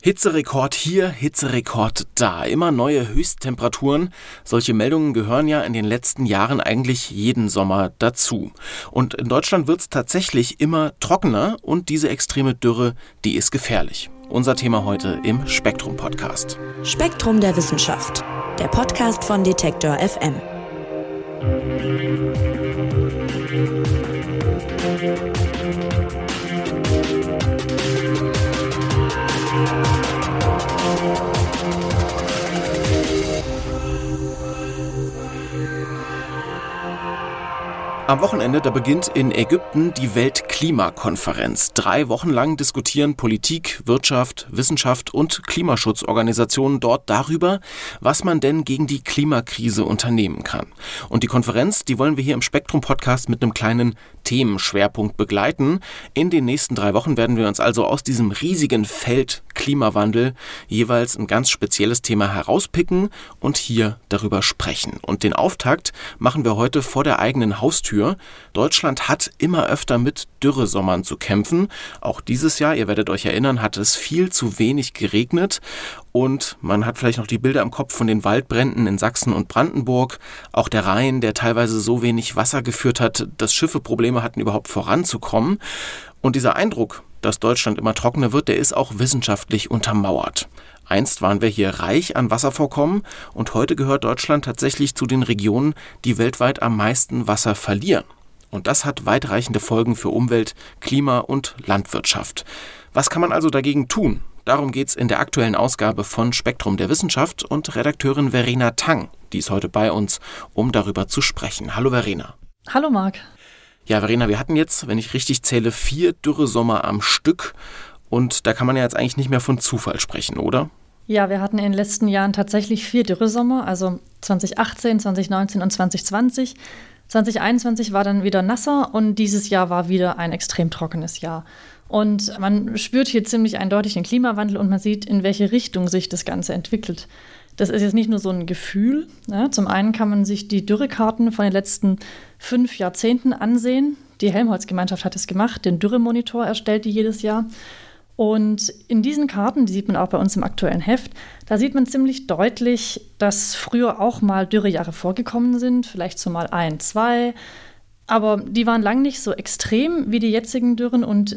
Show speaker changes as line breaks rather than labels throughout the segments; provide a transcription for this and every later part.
Hitzerekord hier, Hitzerekord da. Immer neue Höchsttemperaturen. Solche Meldungen gehören ja in den letzten Jahren eigentlich jeden Sommer dazu. Und in Deutschland wird es tatsächlich immer trockener und diese extreme Dürre, die ist gefährlich. Unser Thema heute im Spektrum-Podcast.
Spektrum der Wissenschaft, der Podcast von Detektor FM.
Am Wochenende, da beginnt in Ägypten die Weltklimakonferenz. 3 Wochen lang diskutieren Politik, Wirtschaft, Wissenschaft und Klimaschutzorganisationen dort darüber, was man denn gegen die Klimakrise unternehmen kann. Und die Konferenz, die wollen wir hier im Spektrum-Podcast mit einem kleinen Themenschwerpunkt begleiten. In den nächsten 3 Wochen werden wir uns also aus diesem riesigen Feld Klimawandel jeweils ein ganz spezielles Thema herauspicken und hier darüber sprechen. Und den Auftakt machen wir heute vor der eigenen Haustür. Deutschland hat immer öfter mit Dürresommern zu kämpfen. Auch dieses Jahr, ihr werdet euch erinnern, hat es viel zu wenig geregnet. Und man hat vielleicht noch die Bilder im Kopf von den Waldbränden in Sachsen und Brandenburg. Auch der Rhein, der teilweise so wenig Wasser geführt hat, dass Schiffe Probleme hatten, überhaupt voranzukommen. Und dieser Eindruck, dass Deutschland immer trockener wird, der ist auch wissenschaftlich untermauert. Einst waren wir hier reich an Wasservorkommen und heute gehört Deutschland tatsächlich zu den Regionen, die weltweit am meisten Wasser verlieren. Und das hat weitreichende Folgen für Umwelt, Klima und Landwirtschaft. Was kann man also dagegen tun? Darum geht's in der aktuellen Ausgabe von Spektrum der Wissenschaft und Redakteurin Verena Tang, die ist heute bei uns, um darüber zu sprechen. Hallo Verena.
Hallo Marc.
Ja, Verena, wir hatten jetzt, wenn ich richtig zähle, 4 Dürresommer am Stück. Und da kann man ja jetzt eigentlich nicht mehr von Zufall sprechen, oder?
Ja, wir hatten in den letzten Jahren tatsächlich 4 Dürresommer, also 2018, 2019 und 2020. 2021 war dann wieder nasser und dieses Jahr war wieder ein extrem trockenes Jahr. Und man spürt hier ziemlich eindeutig den Klimawandel und man sieht, in welche Richtung sich das Ganze entwickelt. Das ist jetzt nicht nur so ein Gefühl. Ja. Zum einen kann man sich die Dürrekarten von den letzten 5 Jahrzehnten ansehen. Die Helmholtz-Gemeinschaft hat es gemacht, den Dürremonitor erstellt die jedes Jahr. Und in diesen Karten, die sieht man auch bei uns im aktuellen Heft, da sieht man ziemlich deutlich, dass früher auch mal Dürrejahre vorgekommen sind, vielleicht so mal 1, 2. Aber die waren lang nicht so extrem wie die jetzigen Dürren und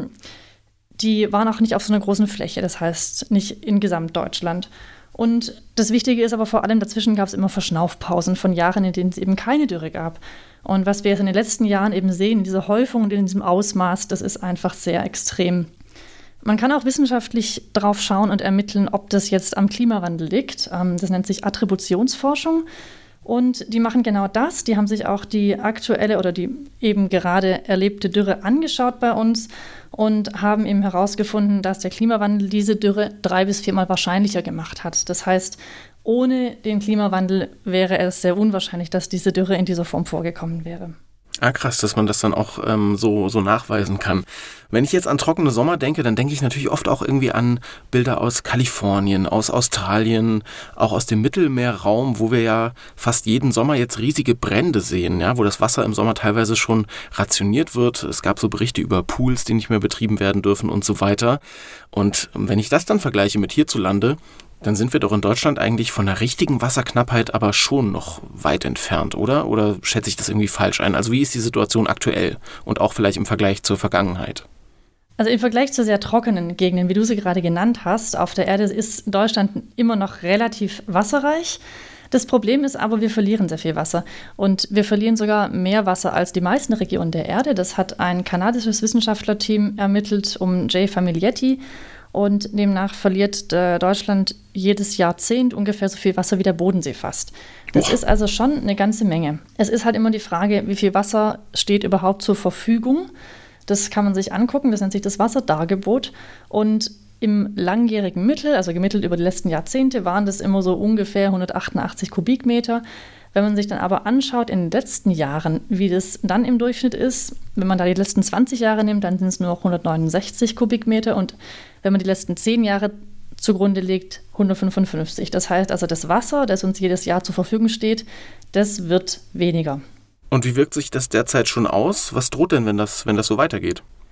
die waren auch nicht auf so einer großen Fläche, das heißt nicht in Gesamtdeutschland. Und das Wichtige ist aber vor allem, dazwischen gab es immer Verschnaufpausen von Jahren, in denen es eben keine Dürre gab. Und was wir jetzt in den letzten Jahren eben sehen, diese Häufung und in diesem Ausmaß, das ist einfach sehr extrem. Man kann auch wissenschaftlich drauf schauen und ermitteln, ob das jetzt am Klimawandel liegt. Das nennt sich Attributionsforschung. Und die machen genau das. Die haben sich auch die aktuelle oder die eben gerade erlebte Dürre angeschaut bei uns und haben eben herausgefunden, dass der Klimawandel diese Dürre 3- bis 4-mal wahrscheinlicher gemacht hat. Das heißt, ohne den Klimawandel wäre es sehr unwahrscheinlich, dass diese Dürre in dieser Form vorgekommen wäre.
Ah, krass, dass man das dann auch so nachweisen kann. Wenn ich jetzt an trockene Sommer denke, dann denke ich natürlich oft auch irgendwie an Bilder aus Kalifornien, aus Australien, auch aus dem Mittelmeerraum, wo wir ja fast jeden Sommer jetzt riesige Brände sehen, ja, wo das Wasser im Sommer teilweise schon rationiert wird. Es gab so Berichte über Pools, die nicht mehr betrieben werden dürfen und so weiter. Und wenn ich das dann vergleiche mit hierzulande, dann sind wir doch in Deutschland eigentlich von der richtigen Wasserknappheit aber schon noch weit entfernt, oder? Oder schätze ich das irgendwie falsch ein? Also wie ist die Situation aktuell und auch vielleicht im Vergleich zur Vergangenheit?
Also im Vergleich zu sehr trockenen Gegenden, wie du sie gerade genannt hast, auf der Erde ist Deutschland immer noch relativ wasserreich. Das Problem ist aber, wir verlieren sehr viel Wasser und wir verlieren sogar mehr Wasser als die meisten Regionen der Erde. Das hat ein kanadisches Wissenschaftlerteam ermittelt um Jay Famiglietti. Und demnach verliert Deutschland jedes Jahrzehnt ungefähr so viel Wasser wie der Bodensee fast. Das ist also schon eine ganze Menge. Es ist halt immer die Frage, wie viel Wasser steht überhaupt zur Verfügung. Das kann man sich angucken, das nennt sich das Wasserdargebot. Und im langjährigen Mittel, also gemittelt über die letzten Jahrzehnte, waren das immer so ungefähr 188 Kubikmeter. Wenn man sich dann aber anschaut in den letzten Jahren, wie das dann im Durchschnitt ist, wenn man da die letzten 20 Jahre nimmt, dann sind es nur noch 169 Kubikmeter und wenn man die letzten 10 Jahre zugrunde legt, 155. Das heißt also, das Wasser, das uns jedes Jahr zur Verfügung steht, das wird weniger.
Und wie wirkt sich das derzeit schon aus? Was droht denn, wenn das so weitergeht?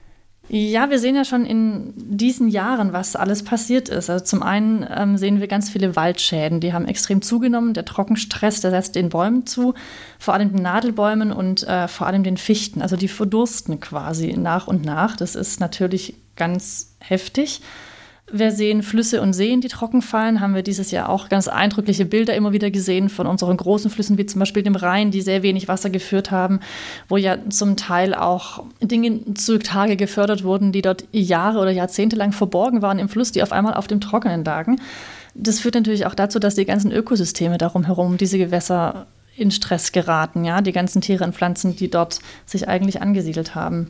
Ja, wir sehen ja schon in diesen Jahren, was alles passiert ist. Also zum einen sehen wir ganz viele Waldschäden, die haben extrem zugenommen. Der Trockenstress, der setzt den Bäumen zu, vor allem den Nadelbäumen und vor allem den Fichten. Also die verdursten quasi nach und nach. Das ist natürlich ganz heftig. Wir sehen Flüsse und Seen, die trocken fallen. Haben wir dieses Jahr auch ganz eindrückliche Bilder immer wieder gesehen von unseren großen Flüssen, wie zum Beispiel dem Rhein, die sehr wenig Wasser geführt haben, wo ja zum Teil auch Dinge zutage gefördert wurden, die dort Jahre oder Jahrzehnte lang verborgen waren im Fluss, die auf einmal auf dem Trockenen lagen. Das führt natürlich auch dazu, dass die ganzen Ökosysteme darum herum, diese Gewässer in Stress geraten, ja, die ganzen Tiere und Pflanzen, die dort sich eigentlich angesiedelt haben.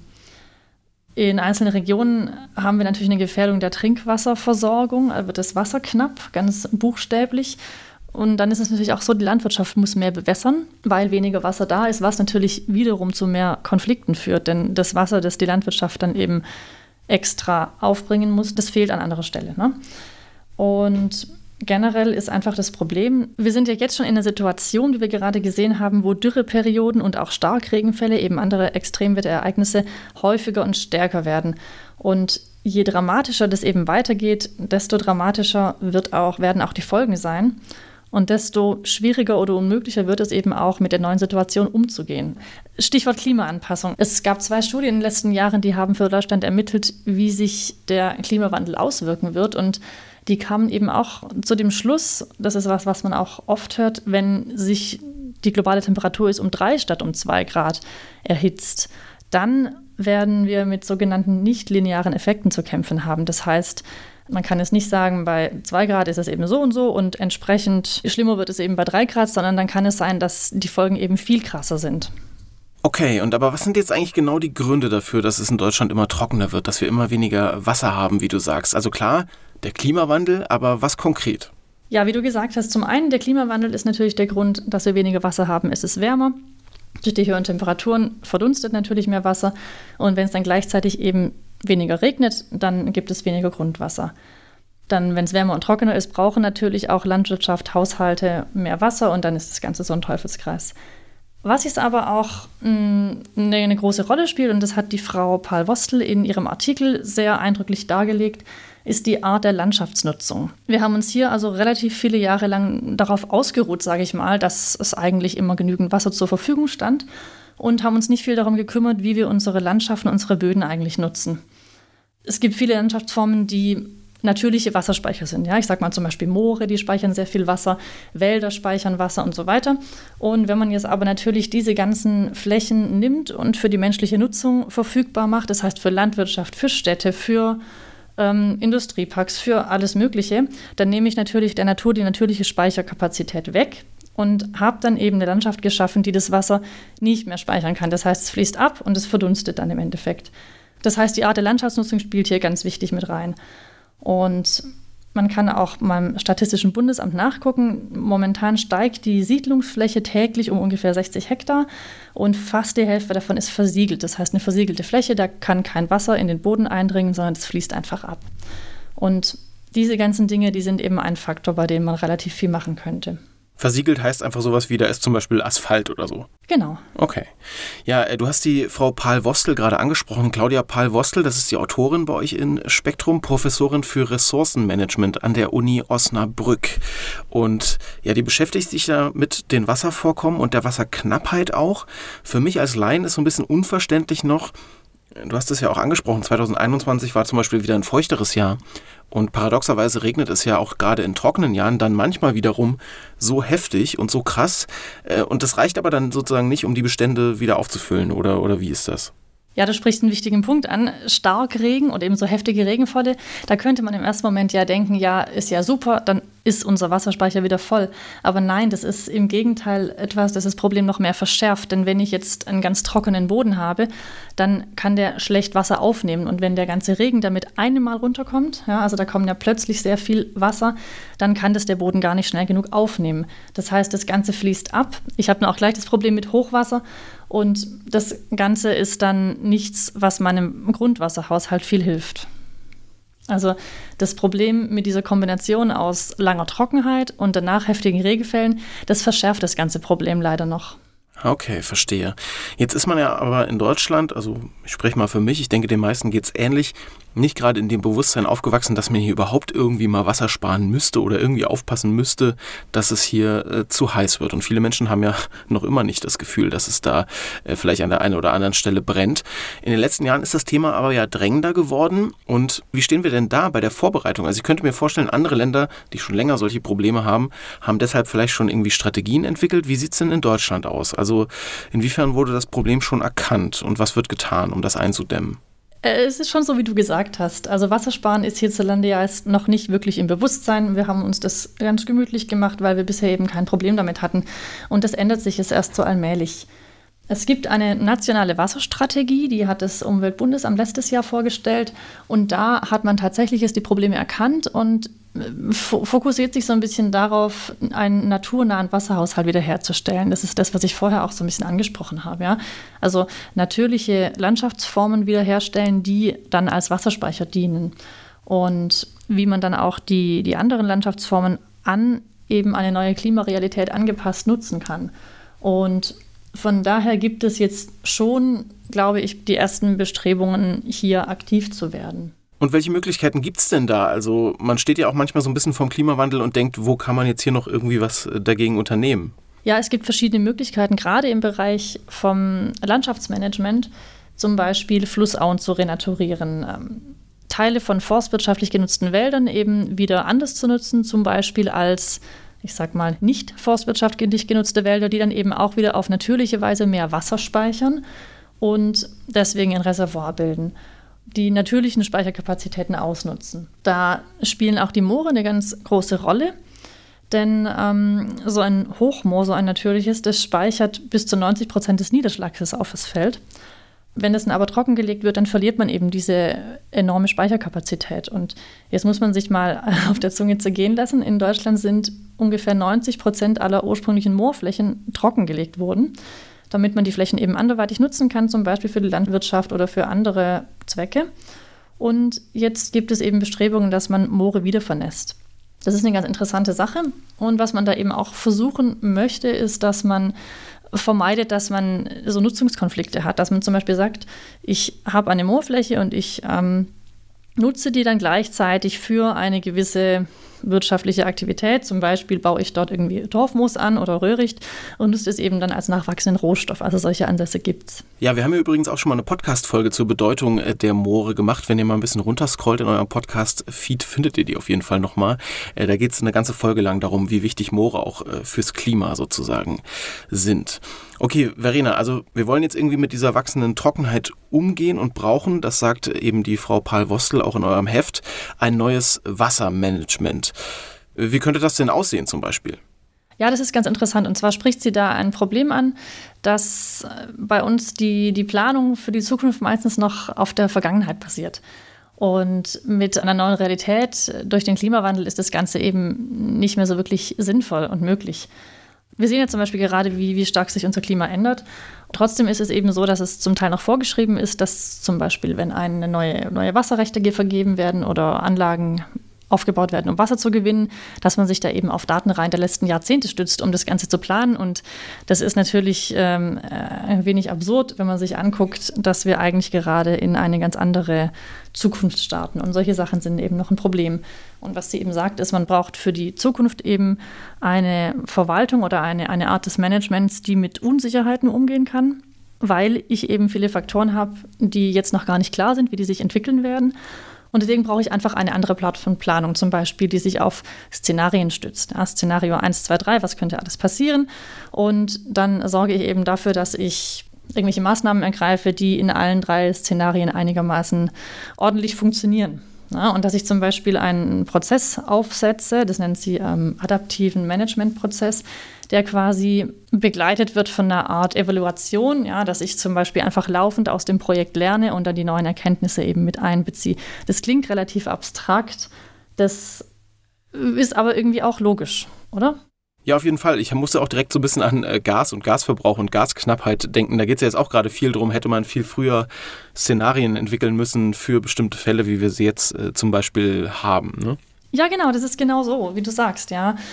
In einzelnen Regionen haben wir natürlich eine Gefährdung der Trinkwasserversorgung, da wird das Wasser knapp, ganz buchstäblich. Und dann ist es natürlich auch so, die Landwirtschaft muss mehr bewässern, weil weniger Wasser da ist, was natürlich wiederum zu mehr Konflikten führt. Denn das Wasser, das die Landwirtschaft dann eben extra aufbringen muss, das fehlt an anderer Stelle, ne? Und generell ist einfach das Problem, wir sind ja jetzt schon in einer Situation, wie wir gerade gesehen haben, wo Dürreperioden und auch Starkregenfälle, eben andere Extremwetterereignisse, häufiger und stärker werden. Und je dramatischer das eben weitergeht, desto dramatischer werden auch die Folgen sein. Und desto schwieriger oder unmöglicher wird es eben auch, mit der neuen Situation umzugehen. Stichwort Klimaanpassung. Es gab 2 Studien in den letzten Jahren, die haben für Deutschland ermittelt, wie sich der Klimawandel auswirken wird. Und die kamen eben auch zu dem Schluss, das ist was man auch oft hört, wenn sich die globale Temperatur um 3 statt um 2 Grad erhitzt, dann werden wir mit sogenannten nicht-linearen Effekten zu kämpfen haben. Das heißt, man kann es nicht sagen, bei 2 Grad ist es eben so und entsprechend schlimmer wird es eben bei 3 Grad, sondern dann kann es sein, dass die Folgen eben viel krasser sind.
Okay, aber was sind jetzt eigentlich genau die Gründe dafür, dass es in Deutschland immer trockener wird, dass wir immer weniger Wasser haben, wie du sagst? Also klar, der Klimawandel, aber was konkret?
Ja, wie du gesagt hast, zum einen, der Klimawandel ist natürlich der Grund, dass wir weniger Wasser haben. Es ist wärmer. Durch die höheren Temperaturen verdunstet natürlich mehr Wasser. Und wenn es dann gleichzeitig eben weniger regnet, dann gibt es weniger Grundwasser. Dann, wenn es wärmer und trockener ist, brauchen natürlich auch Landwirtschaft, Haushalte mehr Wasser und dann ist das Ganze so ein Teufelskreis. Was jetzt aber auch eine große Rolle spielt, und das hat die Frau Pahl-Vostl in ihrem Artikel sehr eindrücklich dargelegt, ist die Art der Landschaftsnutzung. Wir haben uns hier also relativ viele Jahre lang darauf ausgeruht, sage ich mal, dass es eigentlich immer genügend Wasser zur Verfügung stand und haben uns nicht viel darum gekümmert, wie wir unsere Landschaften, unsere Böden eigentlich nutzen. Es gibt viele Landschaftsformen, die natürliche Wasserspeicher sind. Ja? Ich sage mal zum Beispiel Moore, die speichern sehr viel Wasser, Wälder speichern Wasser und so weiter. Und wenn man jetzt aber natürlich diese ganzen Flächen nimmt und für die menschliche Nutzung verfügbar macht, das heißt für Landwirtschaft, für Städte, für Industrieparks, für alles Mögliche, dann nehme ich natürlich der Natur die natürliche Speicherkapazität weg und habe dann eben eine Landschaft geschaffen, die das Wasser nicht mehr speichern kann. Das heißt, es fließt ab und es verdunstet dann im Endeffekt. Das heißt, die Art der Landschaftsnutzung spielt hier ganz wichtig mit rein. Und man kann auch beim Statistischen Bundesamt nachgucken. Momentan steigt die Siedlungsfläche täglich um ungefähr 60 Hektar und fast die Hälfte davon ist versiegelt. Das heißt, eine versiegelte Fläche, da kann kein Wasser in den Boden eindringen, sondern es fließt einfach ab. Und diese ganzen Dinge, die sind eben ein Faktor, bei dem man relativ viel machen könnte.
Versiegelt heißt einfach sowas wie, da ist zum Beispiel Asphalt oder so.
Genau.
Okay. Ja, du hast die Frau Pahl-Vostl gerade angesprochen. Claudia Pahl-Vostl, das ist die Autorin bei euch in Spektrum, Professorin für Ressourcenmanagement an der Uni Osnabrück. Und ja, die beschäftigt sich ja mit den Wasservorkommen und der Wasserknappheit auch. Für mich als Laien ist so ein bisschen unverständlich noch, du hast es ja auch angesprochen, 2021 war zum Beispiel wieder ein feuchteres Jahr. Und paradoxerweise regnet es ja auch gerade in trockenen Jahren dann manchmal wiederum so heftig und so krass. Und das reicht aber dann sozusagen nicht, um die Bestände wieder aufzufüllen, oder wie ist das?
Ja, du sprichst einen wichtigen Punkt an. Starkregen und eben so heftige Regenfälle, da könnte man im ersten Moment ja denken, ja, ist ja super, dann ist unser Wasserspeicher wieder voll. Aber nein, das ist im Gegenteil etwas, das das Problem noch mehr verschärft. Denn wenn ich jetzt einen ganz trockenen Boden habe, dann kann der schlecht Wasser aufnehmen. Und wenn der ganze Regen damit einmal runterkommt, ja, also da kommt ja plötzlich sehr viel Wasser, dann kann das der Boden gar nicht schnell genug aufnehmen. Das heißt, das Ganze fließt ab. Ich habe dann auch gleich das Problem mit Hochwasser. Und das Ganze ist dann nichts, was meinem Grundwasserhaushalt viel hilft. Also das Problem mit dieser Kombination aus langer Trockenheit und danach heftigen Regenfällen, das verschärft das ganze Problem leider noch.
Okay, verstehe. Jetzt ist man ja aber in Deutschland, also ich spreche mal für mich, ich denke, den meisten geht es ähnlich, nicht gerade in dem Bewusstsein aufgewachsen, dass man hier überhaupt irgendwie mal Wasser sparen müsste oder irgendwie aufpassen müsste, dass es hier zu heiß wird. Und viele Menschen haben ja noch immer nicht das Gefühl, dass es da vielleicht an der einen oder anderen Stelle brennt. In den letzten Jahren ist das Thema aber ja drängender geworden. Und wie stehen wir denn da bei der Vorbereitung? Also ich könnte mir vorstellen, andere Länder, die schon länger solche Probleme haben, haben deshalb vielleicht schon irgendwie Strategien entwickelt. Wie sieht es denn in Deutschland aus? Also inwiefern wurde das Problem schon erkannt und was wird getan, um das einzudämmen?
Es ist schon so, wie du gesagt hast. Also Wassersparen ist hierzulande ja noch nicht wirklich im Bewusstsein. Wir haben uns das ganz gemütlich gemacht, weil wir bisher eben kein Problem damit hatten. Und das ändert sich jetzt erst so allmählich. Es gibt eine nationale Wasserstrategie, die hat das Umweltbundesamt letztes Jahr vorgestellt. Und da hat man tatsächlich jetzt die Probleme erkannt und fokussiert sich so ein bisschen darauf, einen naturnahen Wasserhaushalt wiederherzustellen. Das ist das, was ich vorher auch so ein bisschen angesprochen habe. Ja? Also natürliche Landschaftsformen wiederherstellen, die dann als Wasserspeicher dienen. Und wie man dann auch die anderen Landschaftsformen an eben eine neue Klimarealität angepasst nutzen kann. Und von daher gibt es jetzt schon, glaube ich, die ersten Bestrebungen, hier aktiv zu werden.
Und welche Möglichkeiten gibt es denn da? Also man steht ja auch manchmal so ein bisschen vorm Klimawandel und denkt, wo kann man jetzt hier noch irgendwie was dagegen unternehmen?
Ja, es gibt verschiedene Möglichkeiten, gerade im Bereich vom Landschaftsmanagement, zum Beispiel Flussauen zu renaturieren, Teile von forstwirtschaftlich genutzten Wäldern eben wieder anders zu nutzen, zum Beispiel als, ich sag mal, nicht forstwirtschaftlich genutzte Wälder, die dann eben auch wieder auf natürliche Weise mehr Wasser speichern und deswegen ein Reservoir bilden. Die natürlichen Speicherkapazitäten ausnutzen. Da spielen auch die Moore eine ganz große Rolle, denn so ein Hochmoor, so ein natürliches, das speichert bis zu 90% des Niederschlags auf das Feld. Wenn es dann aber trockengelegt wird, dann verliert man eben diese enorme Speicherkapazität. Und jetzt muss man sich mal auf der Zunge zergehen lassen. In Deutschland sind ungefähr 90% aller ursprünglichen Moorflächen trockengelegt worden, damit man die Flächen eben anderweitig nutzen kann, zum Beispiel für die Landwirtschaft oder für andere Zwecke. Und jetzt gibt es eben Bestrebungen, dass man Moore wieder vernässt. Das ist eine ganz interessante Sache. Und was man da eben auch versuchen möchte, ist, dass man vermeidet, dass man so Nutzungskonflikte hat. Dass man zum Beispiel sagt, ich habe eine Moorfläche und ich nutze die dann gleichzeitig für eine gewisse wirtschaftliche Aktivität. Zum Beispiel baue ich dort irgendwie Torfmoos an oder Röhricht und nutze es eben dann als nachwachsenden Rohstoff. Also solche Ansätze gibt's.
Ja, wir haben ja übrigens auch schon mal eine Podcast-Folge zur Bedeutung der Moore gemacht. Wenn ihr mal ein bisschen runterscrollt in eurem Podcast-Feed, findet ihr die auf jeden Fall nochmal. Da geht es eine ganze Folge lang darum, wie wichtig Moore auch fürs Klima sozusagen sind. Okay, Verena, also wir wollen jetzt irgendwie mit dieser wachsenden Trockenheit umgehen und brauchen, das sagt eben die Frau Pahl-Wostel auch in eurem Heft, ein neues Wassermanagement. Wie könnte das denn aussehen zum Beispiel?
Ja, das ist ganz interessant. Und zwar spricht sie da ein Problem an, dass bei uns die Planung für die Zukunft meistens noch auf der Vergangenheit basiert. Und mit einer neuen Realität durch den Klimawandel ist das Ganze eben nicht mehr so wirklich sinnvoll und möglich. Wir sehen ja zum Beispiel gerade, wie stark sich unser Klima ändert. Trotzdem ist es eben so, dass es zum Teil noch vorgeschrieben ist, dass zum Beispiel, wenn eine neue Wasserrechte vergeben werden oder Anlagen aufgebaut werden, um Wasser zu gewinnen, dass man sich da eben auf Datenreihen der letzten Jahrzehnte stützt, um das Ganze zu planen. Und das ist natürlich ein wenig absurd, wenn man sich anguckt, dass wir eigentlich gerade in eine ganz andere Zukunft starten. Und solche Sachen sind eben noch ein Problem. Und was sie eben sagt, ist, man braucht für die Zukunft eben eine Verwaltung oder eine Art des Managements, die mit Unsicherheiten umgehen kann, weil ich eben viele Faktoren habe, die jetzt noch gar nicht klar sind, wie die sich entwickeln werden. Und deswegen brauche ich einfach eine andere Plattform Planung, zum Beispiel, die sich auf Szenarien stützt. Ja, Szenario 1, 2, 3, was könnte alles passieren? Und dann sorge ich eben dafür, dass ich irgendwelche Maßnahmen ergreife, die in allen 3 Szenarien einigermaßen ordentlich funktionieren. Ja, und dass ich zum Beispiel einen Prozess aufsetze, das nennt sie adaptiven Managementprozess, der quasi begleitet wird von einer Art Evaluation, ja, dass ich zum Beispiel einfach laufend aus dem Projekt lerne und dann die neuen Erkenntnisse eben mit einbeziehe. Das klingt relativ abstrakt, das ist aber irgendwie auch logisch, oder?
Ja, auf jeden Fall. Ich musste auch direkt so ein bisschen an Gas und Gasverbrauch und Gasknappheit denken. Da geht es ja jetzt auch gerade viel drum, hätte man viel früher Szenarien entwickeln müssen für bestimmte Fälle, wie wir sie jetzt zum Beispiel haben. Ne?
Ja, genau, das ist genau so, wie du sagst, ja.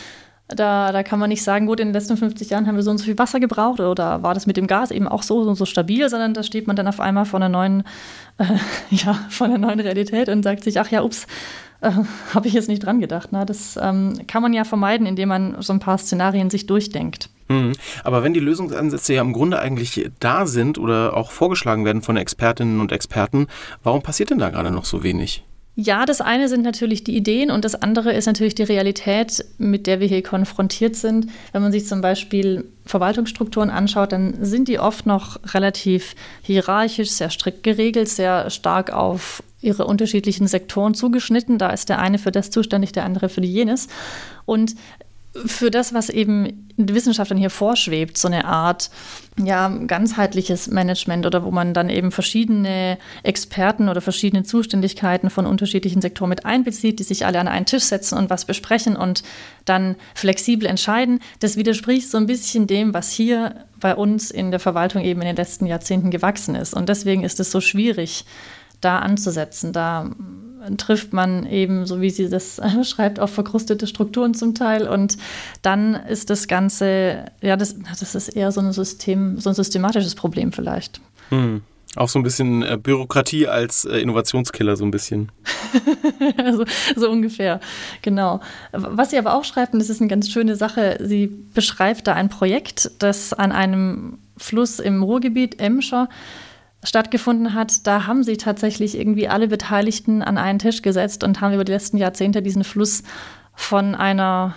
Da kann man nicht sagen, gut, in den letzten 50 Jahren haben wir so und so viel Wasser gebraucht oder war das mit dem Gas eben auch so stabil, sondern da steht man dann auf einmal vor einer neuen Realität und sagt sich, ach ja, ups, habe ich jetzt nicht dran gedacht. Ne? Das kann man ja vermeiden, indem man so ein paar Szenarien sich durchdenkt.
Aber wenn die Lösungsansätze ja im Grunde eigentlich da sind oder auch vorgeschlagen werden von Expertinnen und Experten, warum passiert denn da gerade noch so wenig?
Ja, das eine sind natürlich die Ideen und das andere ist natürlich die Realität, mit der wir hier konfrontiert sind. Wenn man sich zum Beispiel Verwaltungsstrukturen anschaut, dann sind die oft noch relativ hierarchisch, sehr strikt geregelt, sehr stark auf ihre unterschiedlichen Sektoren zugeschnitten. Da ist der eine für das zuständig, der andere für jenes. Und für das, was eben den Wissenschaftlern hier vorschwebt, so eine Art ganzheitliches Management oder wo man dann eben verschiedene Experten oder verschiedene Zuständigkeiten von unterschiedlichen Sektoren mit einbezieht, die sich alle an einen Tisch setzen und was besprechen und dann flexibel entscheiden, das widerspricht so ein bisschen dem, was hier bei uns in der Verwaltung eben in den letzten Jahrzehnten gewachsen ist. Und deswegen ist es so schwierig, da anzusetzen. Da trifft man eben, so wie sie das schreibt, auf verkrustete Strukturen zum Teil. Und dann ist das Ganze, das ist eher so ein systematisches Problem vielleicht.
Auch so ein bisschen Bürokratie als Innovationskiller, so ein bisschen.
so ungefähr, genau. Was sie aber auch schreibt, und das ist eine ganz schöne Sache, sie beschreibt da ein Projekt, das an einem Fluss im Ruhrgebiet, Emscher, stattgefunden hat. Da haben sie tatsächlich irgendwie alle Beteiligten an einen Tisch gesetzt und haben über die letzten Jahrzehnte diesen Fluss von einer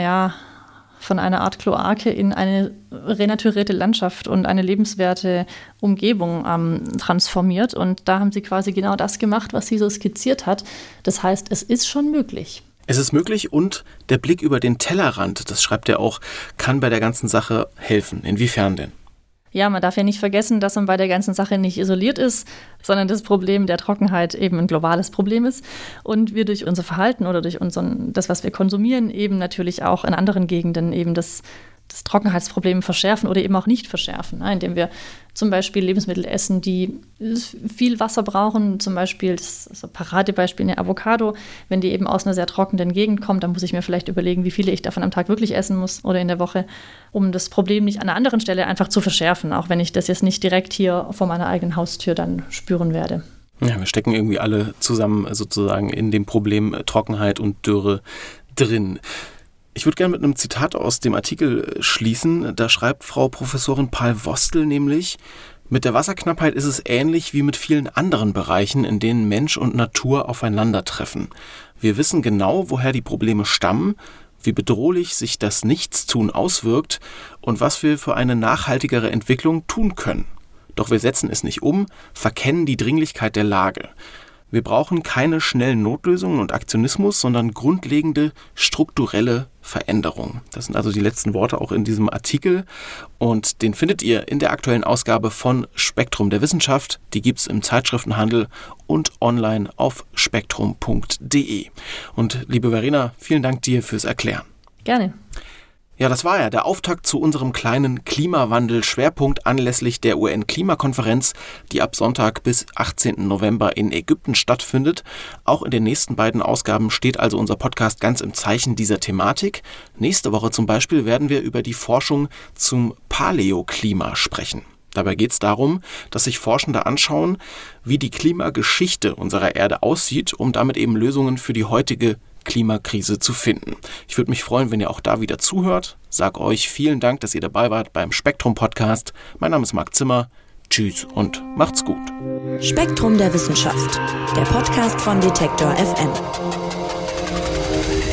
Art Kloake in eine renaturierte Landschaft und eine lebenswerte Umgebung transformiert. Und da haben sie quasi genau das gemacht, was sie so skizziert hat. Das heißt, es ist schon möglich.
Es ist möglich und der Blick über den Tellerrand, das schreibt er auch, kann bei der ganzen Sache helfen. Inwiefern denn?
Ja, man darf ja nicht vergessen, dass man bei der ganzen Sache nicht isoliert ist, sondern das Problem der Trockenheit eben ein globales Problem ist und wir durch unser Verhalten oder durch das, was wir konsumieren, eben natürlich auch in anderen Gegenden eben das Trockenheitsproblem verschärfen oder eben auch nicht verschärfen, indem wir zum Beispiel Lebensmittel essen, die viel Wasser brauchen. Zum Beispiel, das ist ein Paradebeispiel, eine Avocado. Wenn die eben aus einer sehr trockenen Gegend kommt, dann muss ich mir vielleicht überlegen, wie viele ich davon am Tag wirklich essen muss oder in der Woche, um das Problem nicht an einer anderen Stelle einfach zu verschärfen, auch wenn ich das jetzt nicht direkt hier vor meiner eigenen Haustür dann spüren werde.
Ja, wir stecken irgendwie alle zusammen sozusagen in dem Problem Trockenheit und Dürre drin. Ich würde gerne mit einem Zitat aus dem Artikel schließen. Da schreibt Frau Professorin Pahl-Vostel nämlich: Mit der Wasserknappheit ist es ähnlich wie mit vielen anderen Bereichen, in denen Mensch und Natur aufeinandertreffen. Wir wissen genau, woher die Probleme stammen, wie bedrohlich sich das Nichtstun auswirkt und was wir für eine nachhaltigere Entwicklung tun können. Doch wir setzen es nicht um, verkennen die Dringlichkeit der Lage. Wir brauchen keine schnellen Notlösungen und Aktionismus, sondern grundlegende strukturelle Veränderungen. Das sind also die letzten Worte auch in diesem Artikel und den findet ihr in der aktuellen Ausgabe von Spektrum der Wissenschaft. Die gibt's im Zeitschriftenhandel und online auf spektrum.de. Und liebe Verena, vielen Dank dir fürs Erklären.
Gerne.
Ja, das war ja der Auftakt zu unserem kleinen Klimawandel-Schwerpunkt anlässlich der UN-Klimakonferenz, die ab Sonntag bis 18. November in Ägypten stattfindet. Auch in den nächsten beiden Ausgaben steht also unser Podcast ganz im Zeichen dieser Thematik. Nächste Woche zum Beispiel werden wir über die Forschung zum Paläoklima sprechen. Dabei geht es darum, dass sich Forschende anschauen, wie die Klimageschichte unserer Erde aussieht, um damit eben Lösungen für die heutige Klimakrise zu finden. Ich würde mich freuen, wenn ihr auch da wieder zuhört. Sag euch vielen Dank, dass ihr dabei wart beim Spektrum Podcast. Mein Name ist Marc Zimmer. Tschüss und macht's gut.
Spektrum der Wissenschaft, der Podcast von Detektor FM.